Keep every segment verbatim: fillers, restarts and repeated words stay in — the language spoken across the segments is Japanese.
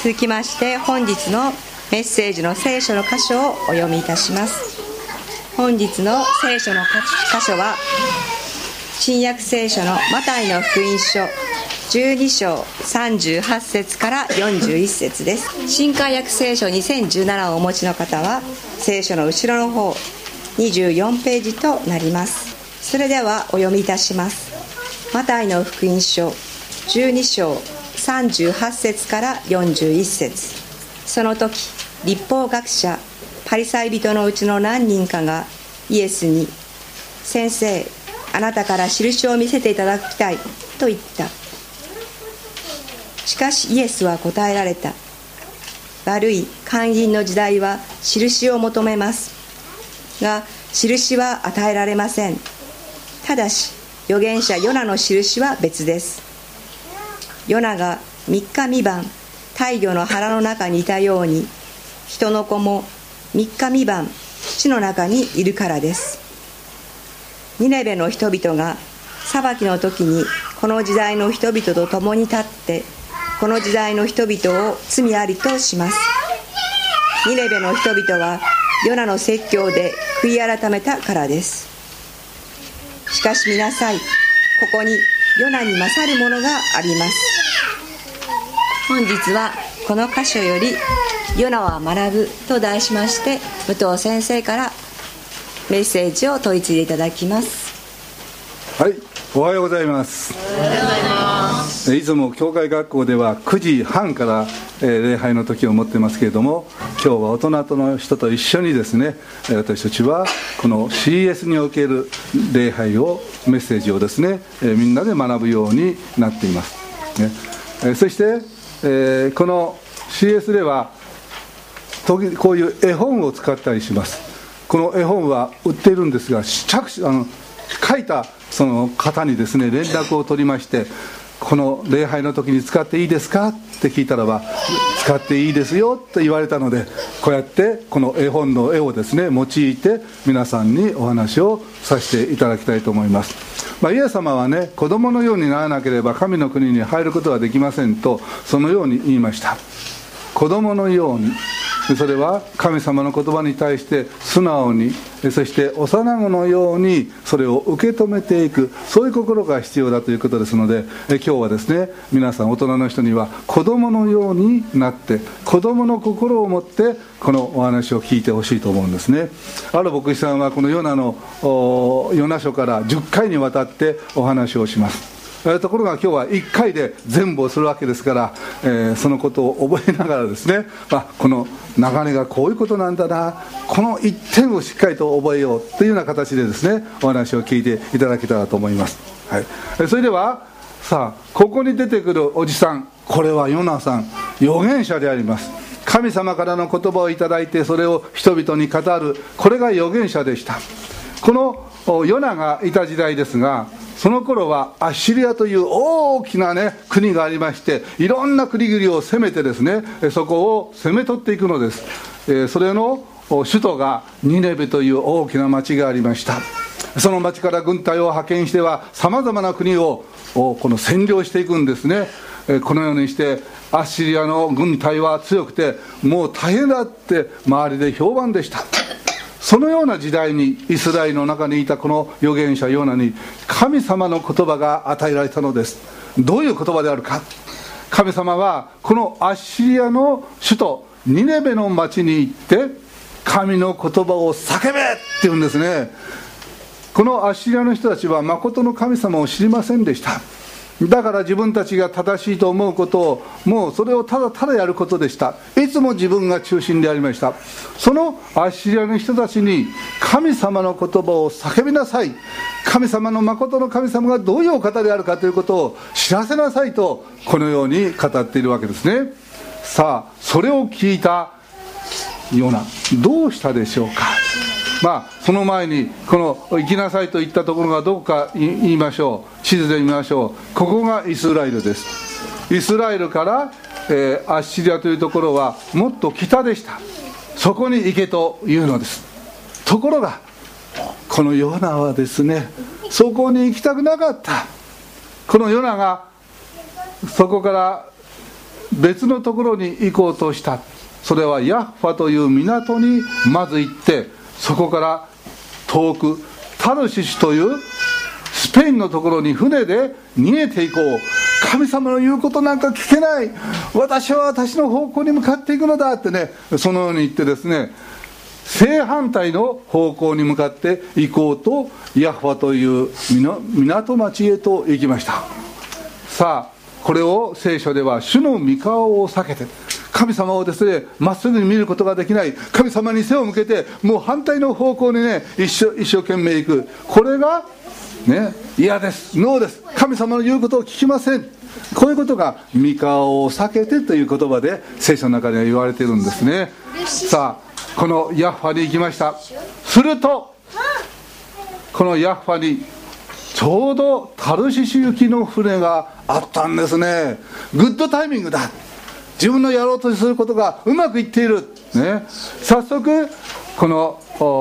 続きまして本日のメッセージの聖書の箇所をお読みいたします。本日の聖書の箇所は新約聖書のマタイの福音書じゅうに章さんじゅうはち節からよんじゅういち節です。新海約聖書にせんじゅうななをお持ちの方は聖書の後ろの方にじゅうよんページとなります。それではお読みいたします。マタイの福音書じゅうに章さんじゅうはち節からよんじゅういち節。その時律法学者パリサイ人のうちの何人かがイエスに、先生、あなたから印を見せていただきたいと言った。しかしイエスは答えられた。悪い勧誘の時代は印を求めますが、印は与えられません。ただし預言者ヨナの印は別です。ヨナがみっかみばん大魚の腹の中にいたように、人の子もみっかみばん地の中にいるからです。ニネベの人々が裁きの時にこの時代の人々と共に立って、この時代の人々を罪ありとします。ニネベの人々はヨナの説教で悔い改めたからです。しかし見なさい、ここにヨナに勝るものがあります。本日はこの箇所よりヨナは学ぶと題しまして、武藤先生からメッセージを問い継いでいただきます。 はい、おはようございます。 おはようございます。 いつも教会学校ではくじはんから、えー、礼拝の時を持ってますけれども、今日は大人との人と一緒にですね、私たちはこの シーエス における礼拝をメッセージをですね、えー、みんなで学ぶようになっています、ねえー、そして、えー、この シーエス では時こういう絵本を使ったりします。この絵本は売っているんですが、着あの書いたその方にですね連絡を取りまして、この礼拝の時に使っていいですかって聞いたらば、使っていいですよと言われたので、こうやってこの絵本の絵をですね用いて皆さんにお話をさせていただきたいと思います。まあ、イエス様はね、子供のようにならなければ神の国に入ることはできませんと、そのように言いました。子供のように、それは神様の言葉に対して素直に、そして幼子のようにそれを受け止めていく、そういう心が必要だということですので、今日はですね、皆さん大人の人には子供のようになって、子供の心を持ってこのお話を聞いてほしいと思うんですね。ある牧師さんはこのヨナのヨナ書からじゅっかいにわたってお話をします。ところが今日はいっかいで全部をするわけですから、えー、そのことを覚えながらですね、まあ、この流れがこういうことなんだな、この一点をしっかりと覚えようというような形でですね、お話を聞いていただけたらと思います、はい、それではさあ、ここに出てくるおじさん、これはヨナさん、預言者であります。神様からの言葉をいただいて、それを人々に語る、これが預言者でした。このヨナがいた時代ですが、その頃はアッシリアという大きな、ね、国がありまして、いろんな国々を攻めてですね、そこを攻め取っていくのです。えー、それの首都がニネベという大きな町がありました。その町から軍隊を派遣してはさまざまな国をこの占領していくんですね。えー、このようにしてアッシリアの軍隊は強くて、もう大変だって周りで評判でした。そのような時代にイスラエルの中にいたこの預言者ヨナに神様の言葉が与えられたのです。どういう言葉であるか。神様はこのアッシリアの首都ニネベの町に行って神の言葉を叫べって言うんですね。このアッシリアの人たちは誠の神様を知りませんでした。だから自分たちが正しいと思うことを、もうそれをただただやることでした。いつも自分が中心でありました。そのアッシリアの人たちに神様の言葉を叫びなさい、神様の誠の神様がどういうお方であるかということを知らせなさいと、このように語っているわけですね。さあ、それを聞いたヨナ、どうしたでしょうか。まあ、その前にこの行きなさいと言ったところがどこか言いましょう。地図で見ましょう。ここがイスラエルです。イスラエルから、えー、アッシリアというところはもっと北でした。そこに行けというのです。ところがこのヨナはですね、そこに行きたくなかった。このヨナがそこから別のところに行こうとした。それはヤッファという港にまず行って、そこから遠くタルシシというスペインのところに船で逃げていこう。神様の言うことなんか聞けない、私は私の方向に向かっていくのだってね、そのように言ってですね、正反対の方向に向かって行こうとヤッファという港町へと行きました。さあこれを聖書では主の御顔を避けて、神様をですねまっすぐに見ることができない、神様に背を向けてもう反対の方向にね一生、一生懸命行く、これがね嫌です、ノーです、神様の言うことを聞きません、こういうことが御顔を避けてという言葉で聖書の中には言われているんですね。さあこのヤッファに行きました。するとこのヤッファにちょうどタルシシ行きの船があったんですね。グッドタイミングだ、自分のやろうとすることがうまくいっている、ね、早速この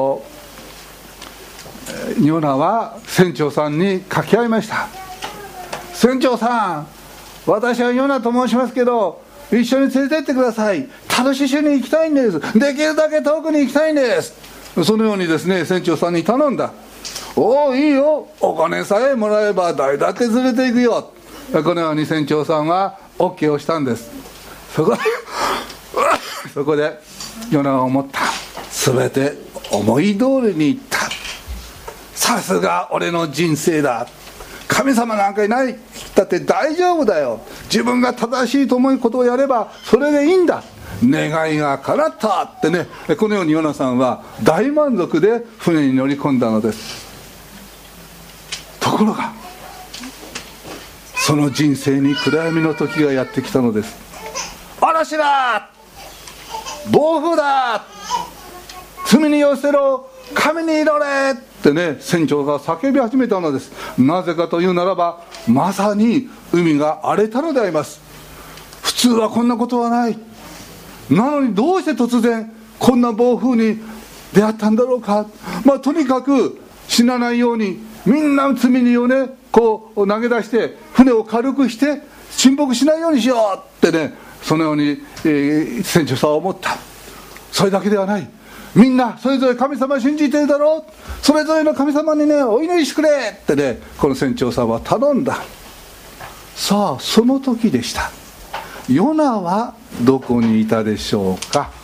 ヨナは船長さんに掛け合いました。船長さん、私はヨナと申しますけど一緒に連れてってください、タルシシに行きたいんです、できるだけ遠くに行きたいんです。そのようにですね船長さんに頼んだ。おおいいよ、お金さえもらえば誰だって連れて行くよ、このように船長さんは OK をしたんです。そこそこでヨナは思った、全て思い通りにいった、さすが俺の人生だ、神様なんかいない、だって大丈夫だよ、自分が正しいと思うことをやればそれでいいんだ、願いが叶ったってね、このようにヨナさんは大満足で船に乗り込んだのです。ところがその人生に暗闇の時がやってきたのです。嵐だ、暴風だ、罪に寄せろ、神に祈れってね船長が叫び始めたのです。なぜかというならば、まさに海が荒れたのであります。普通はこんなことはない、なのにどうして突然こんな暴風に出会ったんだろうか。まあとにかく死なないようにみんな積み荷をねこう投げ出して船を軽くして沈没しないようにしようってね、そのように、えー、船長さんは思った。それだけではない、みんなそれぞれ神様を信じているだろう、それぞれの神様にねお祈りしてくれってねこの船長さんは頼んだ。さあその時でした。ヨナはどこにいたでしょうか。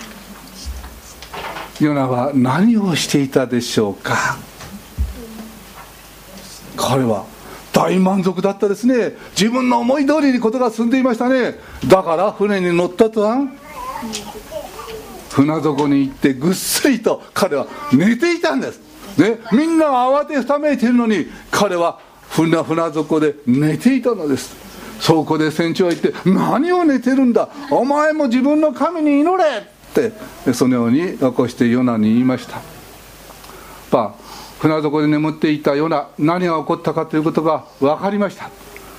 ヨナは何をしていたでしょうか。彼は大満足だったですね。自分の思い通りにことが進んでいましたね。だから船に乗ったとは船底に行ってぐっすりと彼は寝ていたんです、ね、みんな慌てふためいているのに彼は船船底で寝ていたのです。そこで船長は言って、何を寝てるんだ、お前も自分の神に祈れってそのように起こしてヨナに言いました。まあ船底で眠っていたヨナ、何が起こったかということが分かりました。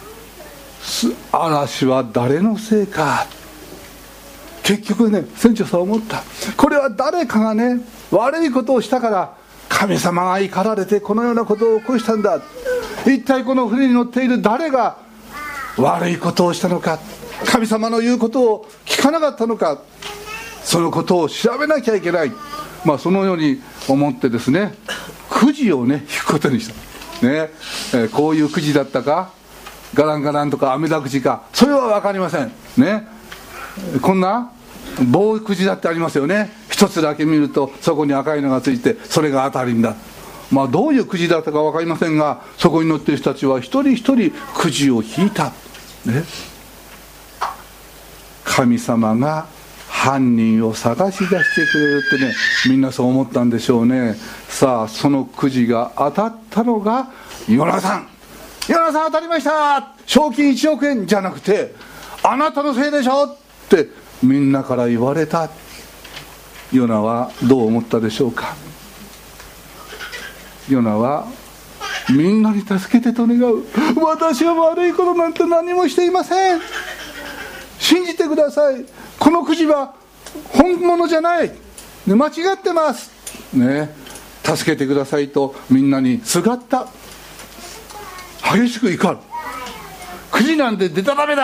嵐は誰のせいか。結局ね船長さんは思った、これは誰かがね悪いことをしたから神様が怒られてこのようなことを起こしたんだ。一体この船に乗っている誰が悪いことをしたのか、神様の言うことを聞かなかったのか、そのことを調べなきゃいけない、まあ、そのように思ってですねくじをね引くことにした、ねえー、こういうくじだったかガランガランとかアメダくじかそれは分かりませんね。こんな棒くじだってありますよね。一つだけ見るとそこに赤いのがついてそれが当たりんだ。まあどういうくじだったか分かりませんが、そこに乗っている人たちは一人一人くじを引いた、ね、神様が犯人を探し出してくれるってね、みんなそう思ったんでしょうね。さあそのくじが当たったのがヨナさん。ヨナさん当たりました、賞金いちおくえんじゃなくてあなたのせいでしょってみんなから言われた。ヨナはどう思ったでしょうか。ヨナはみんなに助けてと願う。私は悪いことなんて何もしていません、信じてください、このくじは本物じゃない、間違ってますね、助けてくださいとみんなにすがった。激しく怒る。くじなんてでたらめだ、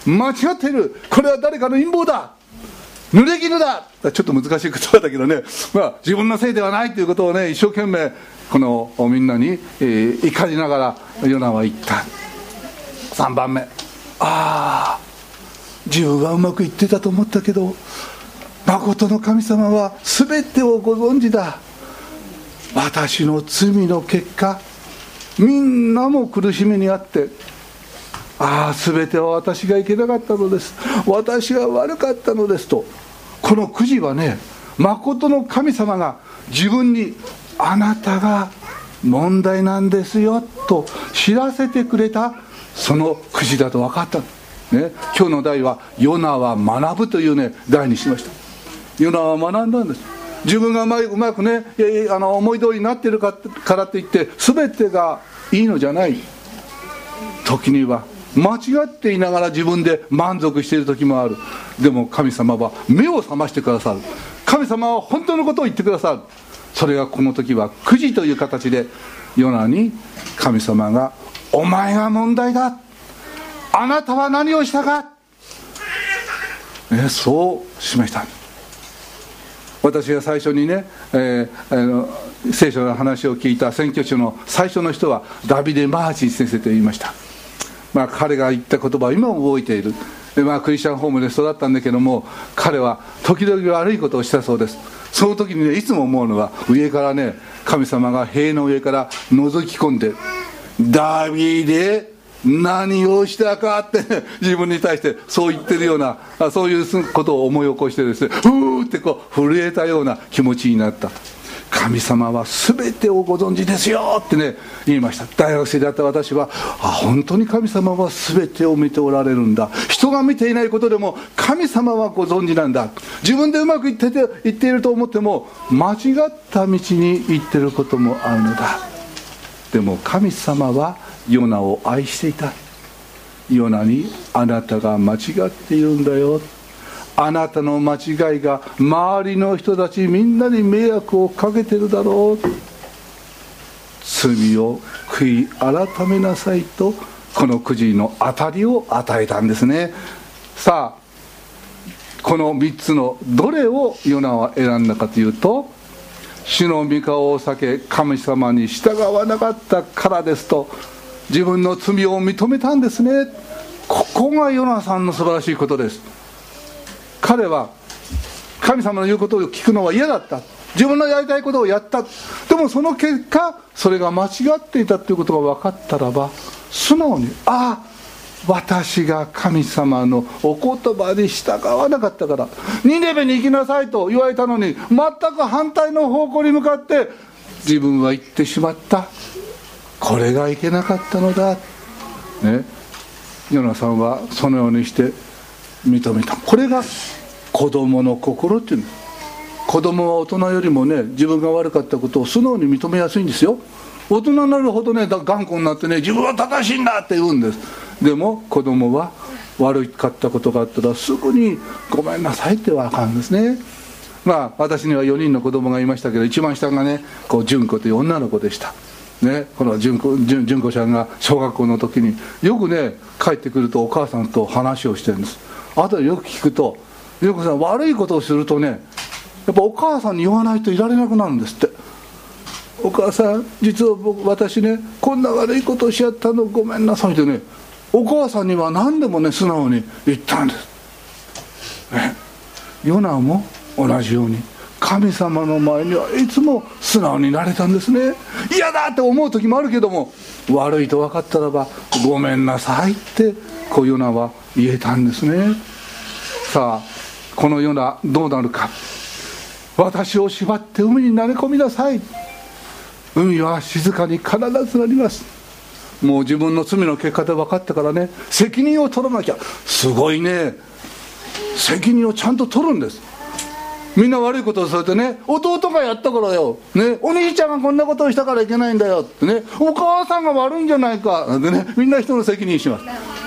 間違っている、これは誰かの陰謀だ、濡れ衣だ、ちょっと難しい言葉だけどね、まあ、自分のせいではないということをね、一生懸命このみんなに、えー、怒りながらヨナは言った。さんばんめ、ああ自分はうまくいってたと思ったけど、誠の神様は全てをご存知だ。私の罪の結果、みんなも苦しみにあって、ああ全ては私がいけなかったのです、私は悪かったのですと、このくじはね、誠の神様が自分にあなたが問題なんですよと知らせてくれた、そのくじだと分かった、ね、今日の題はヨナは学ぶというね題にしました。ヨナは学んだんです。自分がうまうまくね、あの思い通りになっているかからといって全てがいいのじゃない。時には間違っていながら自分で満足している時もある。でも神様は目を覚ましてくださる。神様は本当のことを言ってくださる。それがこの時はくじという形でヨナに神様が、お前が問題だ、あなたは何をしたか、ね、そう示した。私が最初にね、えー、あの聖書の話を聞いた宣教師の最初の人はダビデ・マーチン先生と言いました。まあ、彼が言った言葉を今も覚えている。で、まあ、クリスチャンホームで育ったんだけども、彼は時々悪いことをしたそうです。その時にね、いつも思うのは、上からね、神様が塀の上から覗き込んで、ダビデ何をしたかって、ね、自分に対してそう言ってるような、そういうことを思い起こしてですね、ふーってこう震えたような気持ちになった。神様は全てをご存知ですよってね言いました。大学生であった私は、あ、本当に神様は全てを見ておられるんだ、人が見ていないことでも神様はご存知なんだ、自分でうまくいってていっていると思っても間違った道に行っていることもあるのだ。でも神様はヨナを愛していた。ヨナに、あなたが間違っているんだよ、あなたの間違いが周りの人たちみんなに迷惑をかけてるだろう、罪を悔い改めなさいと、このくじの当たりを与えたんですね。さあ、このみっつのどれをヨナは選んだかというと、主の御顔を避け神様に従わなかったからですと、自分の罪を認めたんですね。ここがヨナさんの素晴らしいことです。彼は神様の言うことを聞くのは嫌だった、自分のやりたいことをやった。でもその結果それが間違っていたということが分かったらば、素直に、ああ私が神様のお言葉に従わなかったから、ニネベに行きなさいと言われたのに全く反対の方向に向かって自分は行ってしまった、これがいけなかったのだ、ね、ヨナさんはそのようにして認めた。これが子供の心っていうの。子供は大人よりもね、自分が悪かったことを素直に認めやすいんですよ。大人になるほどね、頑固になってね、自分は正しいんだって言うんです。でも子供は悪かったことがあったらすぐにごめんなさいってはあかんですね。まあ私にはよにんの子供がいましたけど、一番下がね、こう純子という女の子でしたね。この純子、純、純子ちゃんが小学校の時によくね帰ってくるとお母さんと話をしてるんです。あとでよく聞くと、純子さん悪いことをするとね、やっぱお母さんに言わないといられなくなるんですって。お母さん実は僕私ねこんな悪いことをしちゃったのごめんなさいってね、お母さんには何でもね素直に言ったんです、ね、ヨナも同じように神様の前にはいつも素直になれたんですね。嫌だって思う時もあるけども、悪いと分かったらばごめんなさいってこうヨナは言えたんですね。さあこのヨナどうなるか。私を縛って海に投げ込みなさい。海は静かに必ずなります。もう自分の罪の結果で分かったからね、責任を取らなきゃ。すごいね、責任をちゃんと取るんです。みんな悪いことをするとね、弟がやったからよ、ね、お兄ちゃんがこんなことをしたからいけないんだよってね、お母さんが悪いんじゃないかでね、みんな人の責任します。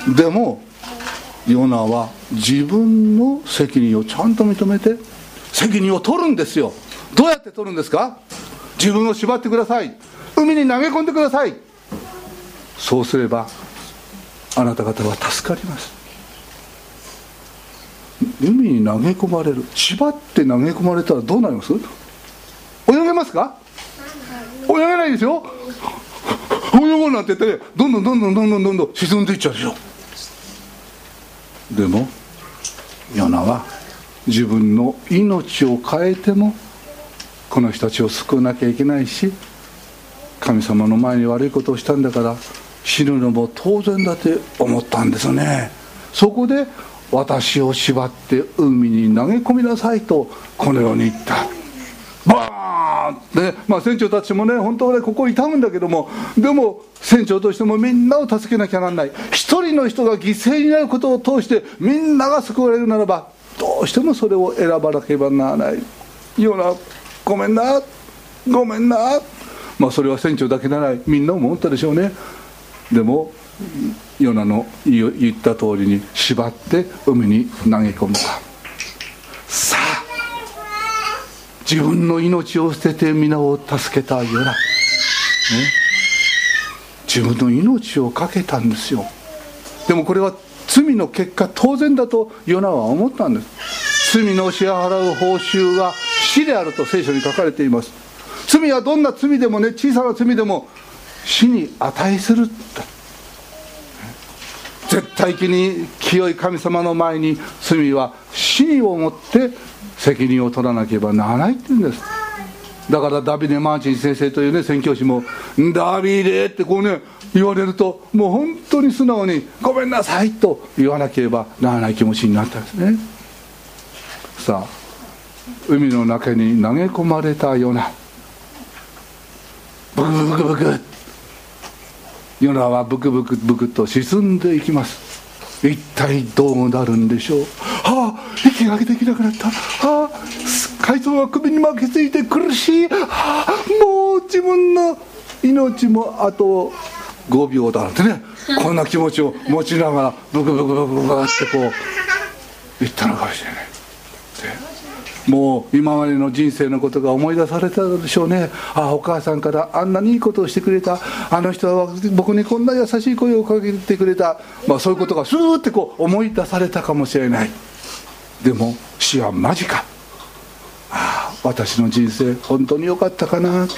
でもヨナは自分の責任をちゃんと認めて責任を取るんですよ。どうやって取るんですか。自分を縛ってください、海に投げ込んでください。そうすればあなた方は助かります。 海に投げ込まれる。縛って投げ込まれたらどうなります？泳げますか？泳げないですよ。泳ごうなんて言ってね、どんどんどんどんどんどんどんどん沈んでいっちゃうでしょ。でもヨナは自分の命を変えてもこの人たちを救わなきゃいけないし、神様の前に悪いことをしたんだから死ぬのも当然だって思ったんですね。そこで私を縛って海に投げ込みなさいとこのように言った。バーンって、ね、まあ船長たちもね、本当はねここ痛むんだけども、でも船長としてもみんなを助けなきゃならない。一人の人が犠牲になることを通してみんなが救われるならば、どうしてもそれを選ばなければならない。ヨナ、ごめんなごめんな。まあそれは船長だけならない、みんなも思ったでしょうね。でもヨナの言った通りに縛って海に投げ込んだ。さあ自分の命を捨てて皆を助けたヨナ、ね、自分の命を懸けたんですよ。でもこれは罪の結果当然だとヨナは思ったんです。罪の支払う報酬は死であると聖書に書かれています。罪はどんな罪でもね、小さな罪でも死に値する。絶対的に清い神様の前に罪は死をもって責任を取らなければならないって言うんです。だからダビデ・マーチン先生というね宣教師もダビデってこうね言われると、もう本当に素直にごめんなさいと言わなければならない気持ちになったんですね。さあ海の中に投げ込まれたヨナ、ブクブクブク、ヨナはブクブクブクと沈んでいきます。一体どうなるんでしょう。はあ、息ができなくなった。はあ、海藻が首に巻きついて苦しい。はあ、もう自分の命もあとごびょうだなんてね、こんな気持ちを持ちながらブクブクブクブクってこう言ったのかもしれない。もう今までの人生のことが思い出されたでしょうね。ああ、お母さんからあんなにいいことをしてくれた、あの人は僕にこんな優しい声をかけてくれた、まあ、そういうことがスーッてこう思い出されたかもしれない。でも死は間近。ああ、私の人生本当に良かったかな、ね、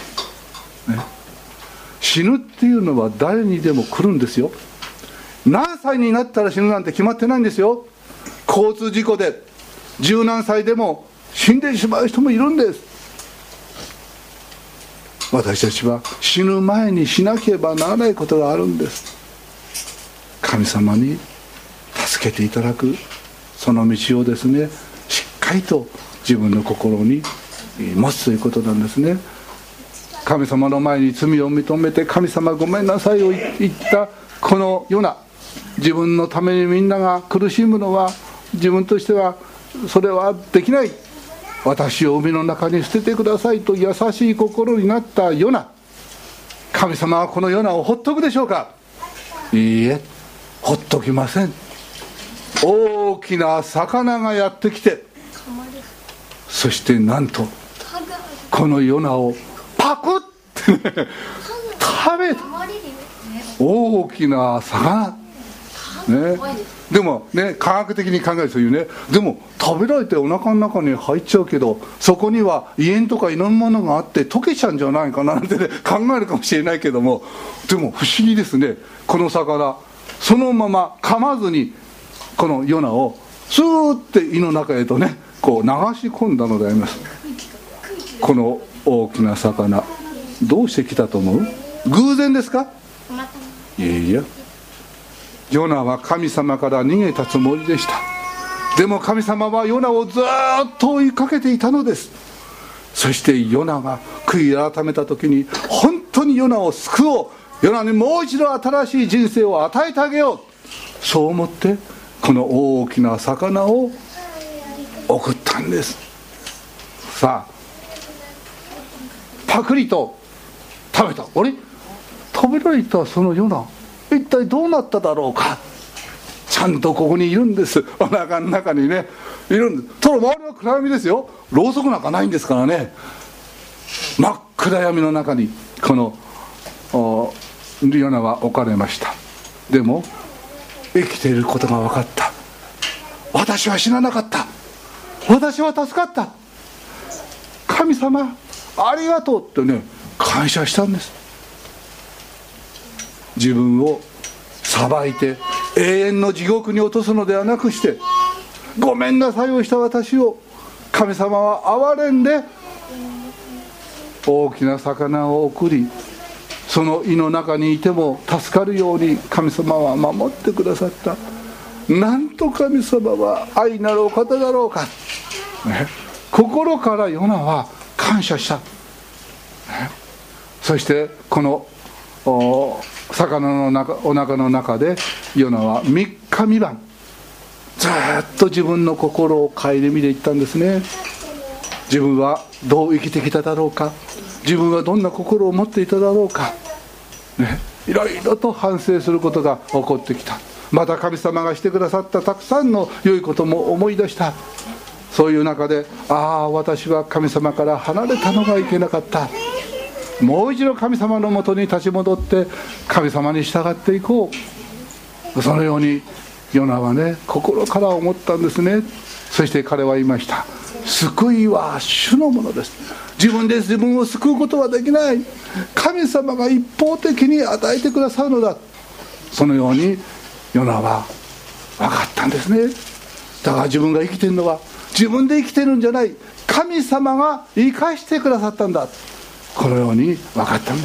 死ぬっていうのは誰にでも来るんですよ。何歳になったら死ぬなんて決まってないんですよ。交通事故で十何歳でも死んでしまう人もいるんです。私たちは死ぬ前にしなければならないことがあるんです。神様に助けていただくその道をですね、しっかりと自分の心に持つということなんですね。神様の前に罪を認めて神様ごめんなさいを言ったこのヨナ、自分のためにみんなが苦しむのは自分としてはそれはできない、私を海の中に捨ててくださいと優しい心になったヨナ、神様はこのヨナをほっとくでしょうか。いいえ、ほっときません。大きな魚がやってきて、そしてなんとこのヨナをパクッて、ね、食べた。大きな魚ね。でもね、科学的に考えるというね、でも食べられてお腹の中に入っちゃうけど、そこには胃炎とかいろんなものがあって溶けちゃうんじゃないかななんて、ね、考えるかもしれないけども、でも不思議ですね。この魚そのまま噛まずにこのヨナをスーッて胃の中へとねこう流し込んだのであります。この大きな魚どうして来たと思う？偶然ですか？いやいや、ヨナは神様から逃げたつもりでした。でも神様はヨナをずっと追いかけていたのです。そしてヨナが悔い改めた時に、本当にヨナを救おう、ヨナにもう一度新しい人生を与えてあげよう、そう思ってこの大きな魚を送ったんです。さあパクリと食べた。あれ、食べられたそのヨナ一体どうなっただろうか。ちゃんとここにいるんです。お腹の中にねいるんです。ただ周りは暗闇ですよ。ろうそくなんかないんですからね。真っ暗闇の中にこのヨナは置かれました。でも生きていることが分かった。 私は死ななかった、私は助かった、神様ありがとうってね、感謝したんです。自分を裁いて永遠の地獄に落とすのではなくして、ごめんなさいをした私を神様は憐れんで大きな魚を送り、その胃の中にいても助かるように神様は守ってくださった。なんと神様は愛なるお方だろうか、ね、心からヨナは感謝した、ね、そしてこの魚の中お腹の中でヨナはみっかみばんずっと自分の心を顧みていったんですね。自分はどう生きてきただろうか、自分はどんな心を持っていただろうか、ね、いろいろと反省することが起こってきた。また神様がしてくださったたくさんの良いことも思い出した。そういう中で、ああ私は神様から離れたのがいけなかった、もう一度神様のもとに立ち戻って神様に従っていこう、そのようにヨナはね心から思ったんですね。そして彼は言いました。救いは主のものです。自分で自分を救うことはできない、神様が一方的に与えてくださるのだ。そのようにヨナは分かったんですね。だから自分が生きているのは自分で生きてるんじゃない、神様が生かしてくださったんだ、このように分かったんです。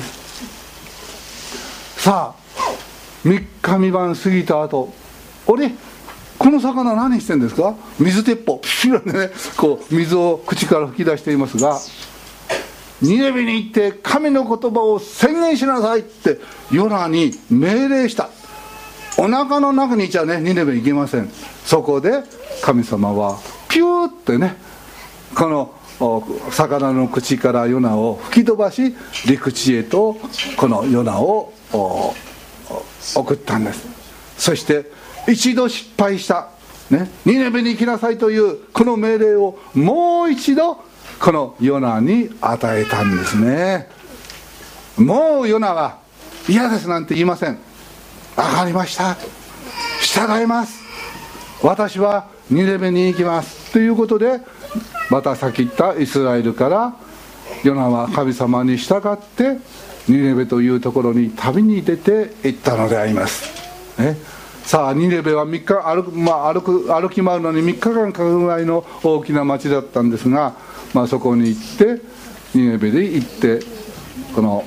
さあみっかみばん過ぎた後、あれこの魚何してんですか、水鉄砲ピシッとねこう水を口から吹き出していますが、ニネベに行って神の言葉を宣言しなさいってヨナに命令した。お腹の中にいちゃねニネベ行けません。そこで神様はピューってねこの魚の口からヨナを吹き飛ばし、陸地へとこのヨナを送ったんです。そして一度失敗した、ね、ニネベに行きなさいというこの命令をもう一度このヨナに与えたんですね。もうヨナは嫌ですなんて言いません。分かりました、従います、私はニネベに行きますということで、また先言ったイスラエルからヨナは神様に従ってニネベというところに旅に出て行ったのであります、ね、さあニネベはみっか歩く、まあ、歩く歩き回るのにみっかかんかかるぐらいの大きな町だったんですが、まあ、そこに行ってニネベで行ってこの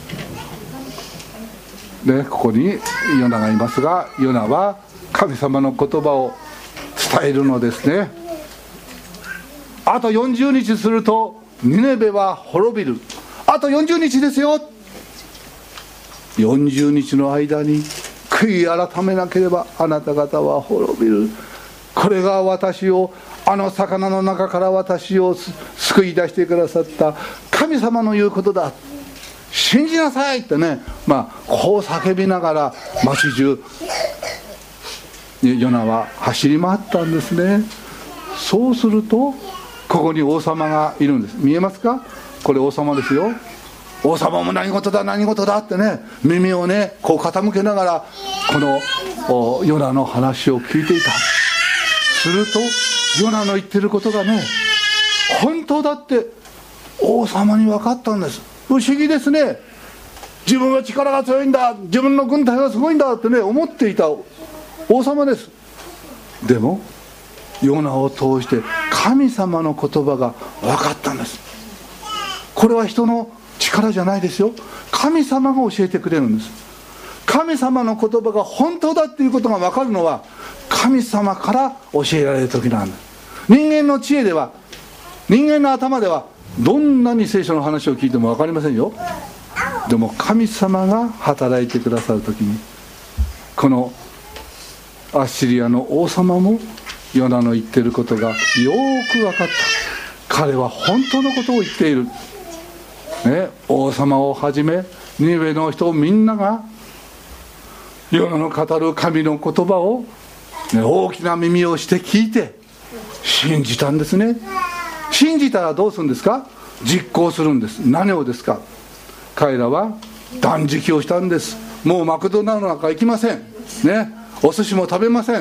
でここにヨナがいますが、ヨナは神様の言葉を伝えるのですね。あとよんじゅうにちするとニネベは滅びる、あとよんじゅうにちですよ、よんじゅうにちの間に悔い改めなければあなた方は滅びる、これが私をあの魚の中から私を救い出してくださった神様の言うことだ、信じなさいってね、まあこう叫びながら町中ヨナは走り回ったんですね。そうするとここに王様がいるんです。見えますか、これ王様ですよ。王様も何事だ何事だってね耳をねこう傾けながらこのヨナの話を聞いていた。するとヨナの言ってることがね本当だって王様に分かったんです。不思議ですね。自分は力が強いんだ、自分の軍隊はすごいんだってね思っていた王様です。でもヨナを通して神様の言葉が分かったんです。これは人の力じゃないですよ、神様が教えてくれるんです。神様の言葉が本当だっていうことが分かるのは神様から教えられる時なんです。人間の知恵では、人間の頭ではどんなに聖書の話を聞いても分かりませんよ。でも神様が働いてくださる時に、このアッシリアの王様もヨナの言ってることがよく分かった。彼は本当のことを言っている、ね、王様をはじめニネベの人みんながヨナの語る神の言葉を、ね、大きな耳をして聞いて信じたんですね。信じたらどうするんですか、実行するんです。何をですか、彼らは断食をしたんです。もうマクドナルドなんか行きません、ね、お寿司も食べません、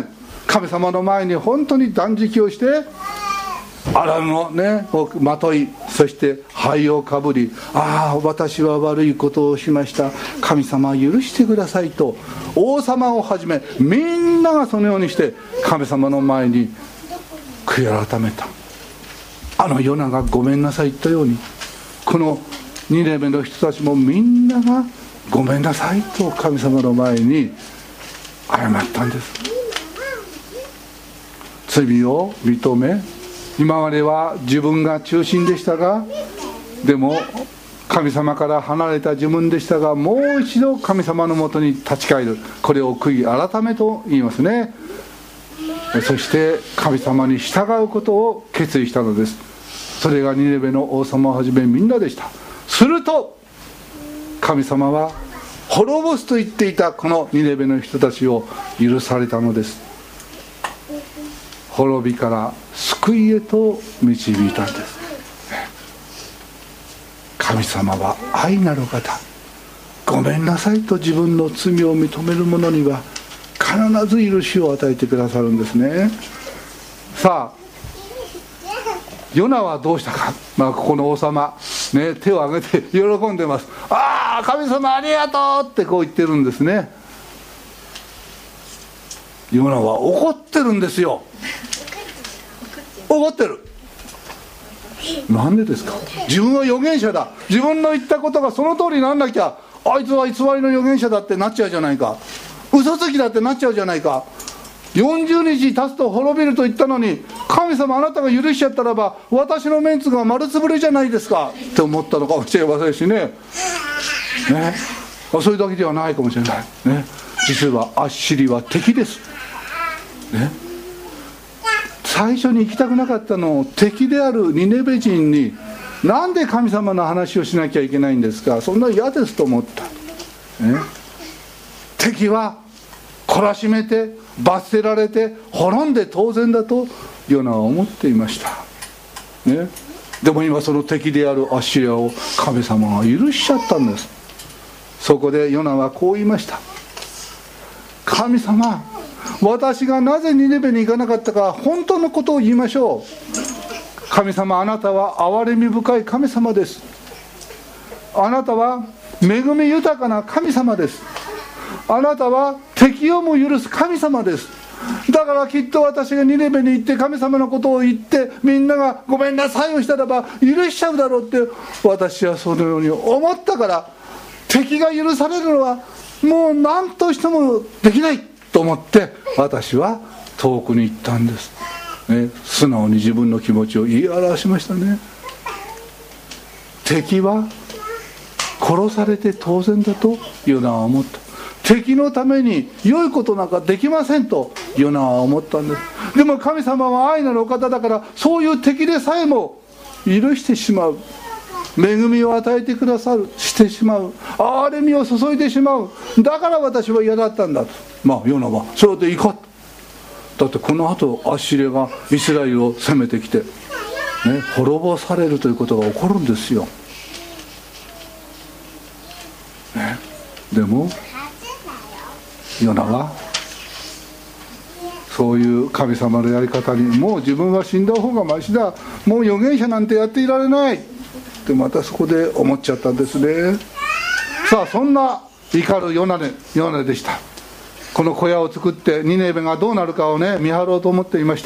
神様の前に本当に断食をして、荒のねをまとい、そして灰をかぶり、ああ私は悪いことをしました、神様許してくださいと、王様をはじめみんながそのようにして神様の前に悔い改めた。あのヨナがごめんなさい言ったように、このニネベの人たちもみんながごめんなさいと神様の前に謝ったんです。罪を認め、今までは自分が中心でしたが、でも神様から離れた自分でしたが、もう一度神様のもとに立ち返る、これを悔い改めと言いますね。そして神様に従うことを決意したのです。それがニネベの王様をはじめみんなでした。すると神様は滅ぼすと言っていたこのニネベの人たちを許されたのです。滅びから救いへと導いたんです。神様は愛なる方、ごめんなさいと自分の罪を認める者には必ず許しを与えてくださるんですね。さあヨナはどうしたか、まあ、ここの王様、ね、手を挙げて喜んでます。ああ神様ありがとうってこう言ってるんですね。ヨナは怒ってるんですよ。怒ってる。なんでですか。自分は預言者だ、自分の言ったことがその通りになんなきゃ、あいつは偽りの預言者だってなっちゃうじゃないか、嘘つきだってなっちゃうじゃないか、よんじゅうにち経つと滅びると言ったのに、神様あなたが許しちゃったらば私のメンツが丸つぶれじゃないですかって思ったのかもしれませんしね。ね、それだけではないかもしれない、ね、実はアッシリは敵です、ね、最初に行きたくなかったのを敵であるニネベ人になんで神様の話をしなきゃいけないんですか、そんな嫌ですと思った、ね、敵は懲らしめて罰せられて滅んで当然だとヨナは思っていました、ね、でも今その敵であるアッシリアを神様が許しちゃったんです。そこでヨナはこう言いました。神様、私がなぜニネベに行かなかったか本当のことを言いましょう。神様、あなたは憐れみ深い神様です。あなたは恵み豊かな神様です。あなたは敵をも許す神様です。だからきっと私がニネベに行って神様のことを言ってみんながごめんなさいをしたらば許しちゃうだろうって私はそのように思ったから、敵が許されるのはもう何としてもできないと思って私は遠くに行ったんです、ね、素直に自分の気持ちを言い表しましたね。敵は殺されて当然だとヨナは思った。敵のために良いことなんかできませんとヨナは思ったんです。でも神様は愛なるお方だから、そういう敵でさえも許してしまう、恵みを与えてくださる、してしまう、憐れみを注いでしまう。だから私は嫌だったんだと。まあヨナはそれでいいか、だってこの後アッシリアがイスラエルを攻めてきて、ね、滅ぼされるということが起こるんですよ、ね、でもヨナはそういう神様のやり方に、もう自分は死んだ方がマシだ、もう預言者なんてやっていられないってまたそこで思っちゃったんですね。さあそんな怒るヨナで、ヨナでした。この小屋を作ってニネベがどうなるかをね見張ろうと思っていました。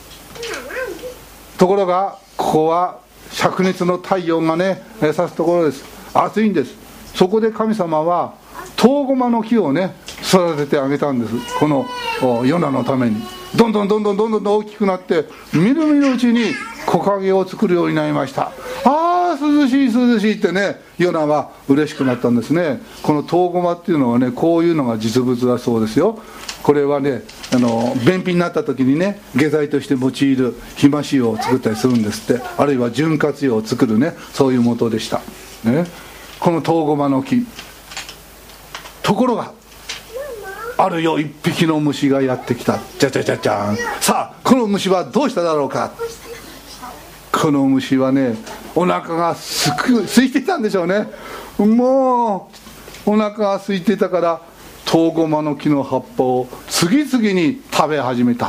ところがここは灼熱の太陽がね差すところです。暑いんです。そこで神様はトウゴマの木をね育ててあげたんです。このヨナのためにどんどんどんどんどんどん大きくなって、みるみるうちに木陰を作るようになりました。ああ涼しい涼しいってねヨナは嬉しくなったんですね。このトウゴマっていうのはね、こういうのが実物だそうですよ。これはねあの便秘になった時にね下剤として用いるひまし油を作ったりするんですって。あるいは潤滑油を作るね、そういう元でした、ね、このトウゴマの木。ところがあるよ一匹の虫がやってきた。じゃじゃじゃじゃん。さあこの虫はどうしただろうか。この虫はねお腹がすく空いていたんでしょうね。もうお腹が空いていたからトウゴマの木の葉っぱを次々に食べ始めた。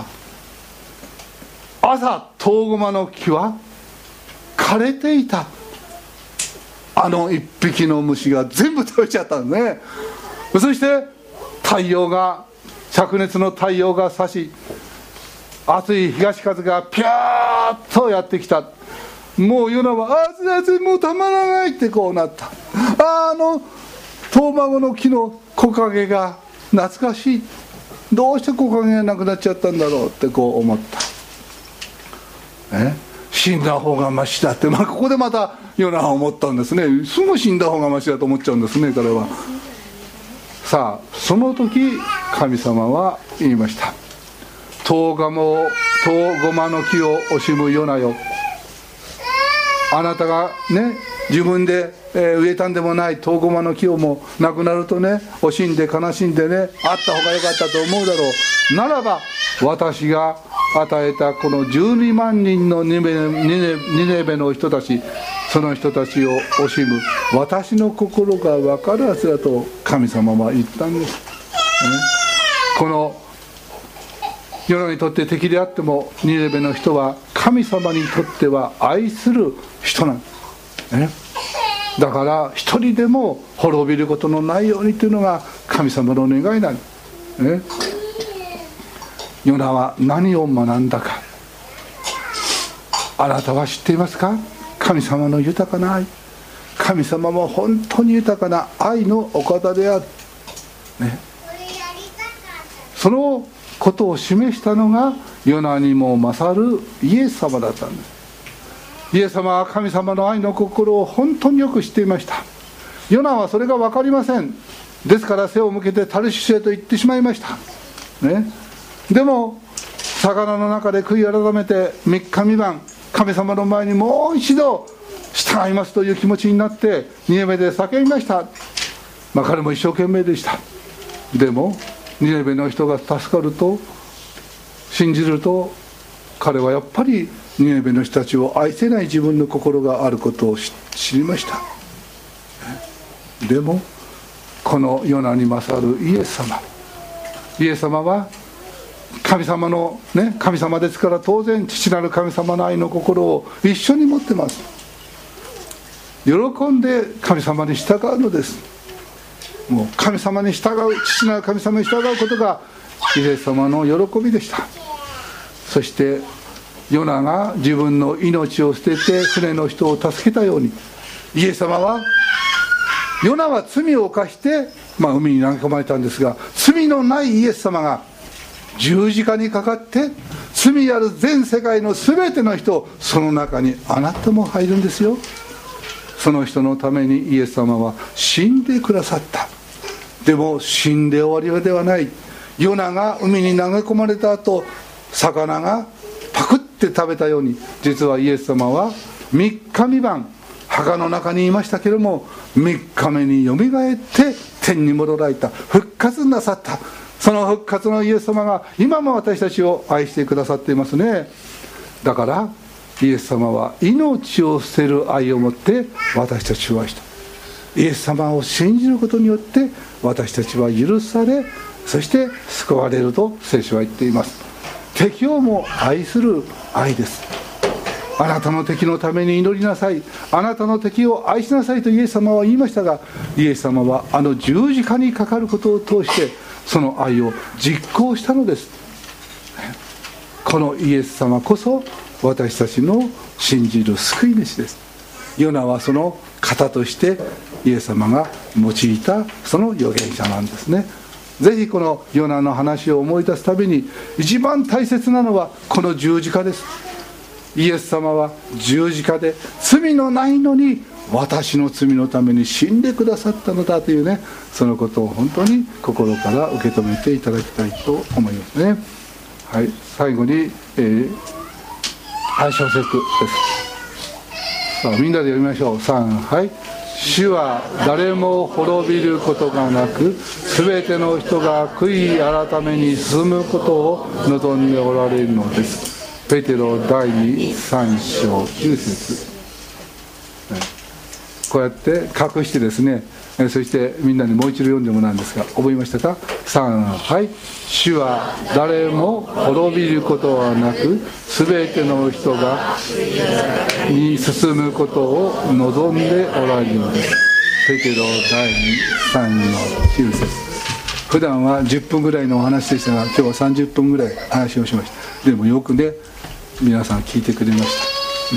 朝トウゴマの木は枯れていた。あの一匹の虫が全部食べちゃったんですね。そして太陽が、灼熱の太陽が差し、暑い東風がピューッとやってきた。もうヨナは熱い熱い、もうたまらないってこうなった。あのトウマゴの木の木陰が懐かしい。どうして木陰がなくなっちゃったんだろうってこう思った。え死んだ方がマシだって、まあ、ここでまたヨナは思ったんですね。すぐ死んだ方がマシだと思っちゃうんですね、彼は。さあその時神様は言いました。トウガモトウゴマの木を惜しむヨナよ、あなたがね自分で、えー、植えたんでもないトウゴマの木をもなくなるとね、惜しんで悲しんでね、あった方がよかったと思うだろう。ならば私が与えたこのじゅうにまんにんのニネニネベの人たち、その人たちを惜しむ私の心が分かるはずだと神様は言ったんです、ね、このヨナにとって敵であってもニネベの人は神様にとっては愛する人なんです、ね、だから一人でも滅びることのないようにというのが神様の願いなんです、ね、ヨナは何を学んだか、あなたは知っていますか。神様の豊かな愛、神様も本当に豊かな愛のお方である、ね、そのことを示したのがヨナにも勝るイエス様だったんです。イエス様は神様の愛の心を本当によく知っていました。ヨナはそれが分かりません。ですから背を向けてタルシシュへと行ってしまいました、ね、でも魚の中で悔い改めてみっかみばん神様の前にもう一度従いますという気持ちになってニネベで叫びました。まあ彼も一生懸命でした。でもニネベの人が助かると信じると、彼はやっぱりニネベの人たちを愛せない自分の心があることを知りました。でもこのヨナに勝るイエス様、イエス様は神様のね、神様ですから当然父なる神様の愛の心を一緒に持ってます。喜んで神様に従うのです。もう神様に従う、父なる神様に従うことがイエス様の喜びでした。そしてヨナが自分の命を捨てて船の人を助けたように、イエス様はヨナは罪を犯して、まあ、海に投げ込まれたんですが、罪のないイエス様が十字架にかかって罪ある全世界の全ての人、その中にあなたも入るんですよ。その人のためにイエス様は死んでくださった。でも死んで終わりではない。ヨナが海に投げ込まれた後、魚がパクって食べたように、実はイエス様はみっかみばん墓の中にいましたけれども、みっかめによみがえって天に戻られた、復活なさった。その復活のイエス様が今も私たちを愛してくださっていますね。だからイエス様は命を捨てる愛を持って私たちを愛した。イエス様を信じることによって私たちは許され、そして救われると聖書は言っています。敵をも愛する愛です。あなたの敵のために祈りなさい、あなたの敵を愛しなさいとイエス様は言いましたが、イエス様はあの十字架にかかることを通してその愛を実行したのです。このイエス様こそ私たちの信じる救い主です。ヨナはその型としてイエス様が用いたその預言者なんですね。ぜひこのヨナの話を思い出すたびに一番大切なのはこの十字架です。イエス様は十字架で罪のないのに私の罪のために死んでくださったのだというね、そのことを本当に心から受け止めていただきたいと思いますね。はい、最後に、えー、愛小節です。さあみんなで読みましょう。さん、はい。主は誰も滅びることがなく、すべての人が悔い改めに進むことを望んでおられるのです。ペテロだいにさん章きゅう節、こうやって隠してですね、 えそしてみんなにもう一度読んでもらうんですが、覚えましたか？さん、はい。主は誰も滅びることはなく、すべての人がに進むことを望んでおられるのです。ペテロだいに、さんのきゅう節。普段はじゅっぷんぐらいのお話でしたが、今日はさんじゅっぷんぐらい話をしました。でもよくね、皆さん聞いてくれました。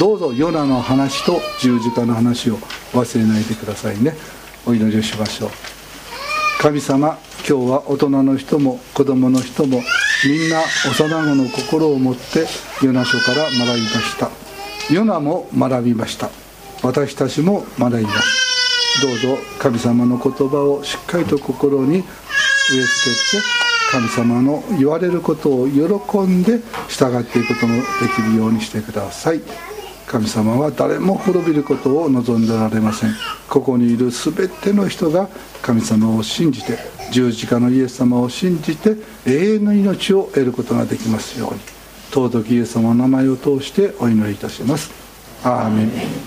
どうぞヨナの話と十字架の話を忘れないでくださいね。お祈りをしましょう。神様、今日は大人の人も子供の人もみんな幼子の心を持ってヨナ書から学びました。ヨナも学びました。私たちも学びます。どうぞ神様の言葉をしっかりと心に植え付けて、神様の言われることを喜んで従っていくこともできるようにしてください。神様は誰も滅びることを望んでおられません。ここにいるすべての人が神様を信じて、十字架のイエス様を信じて永遠の命を得ることができますように、尊きイエス様の名前を通してお祈りいたします。アーメン。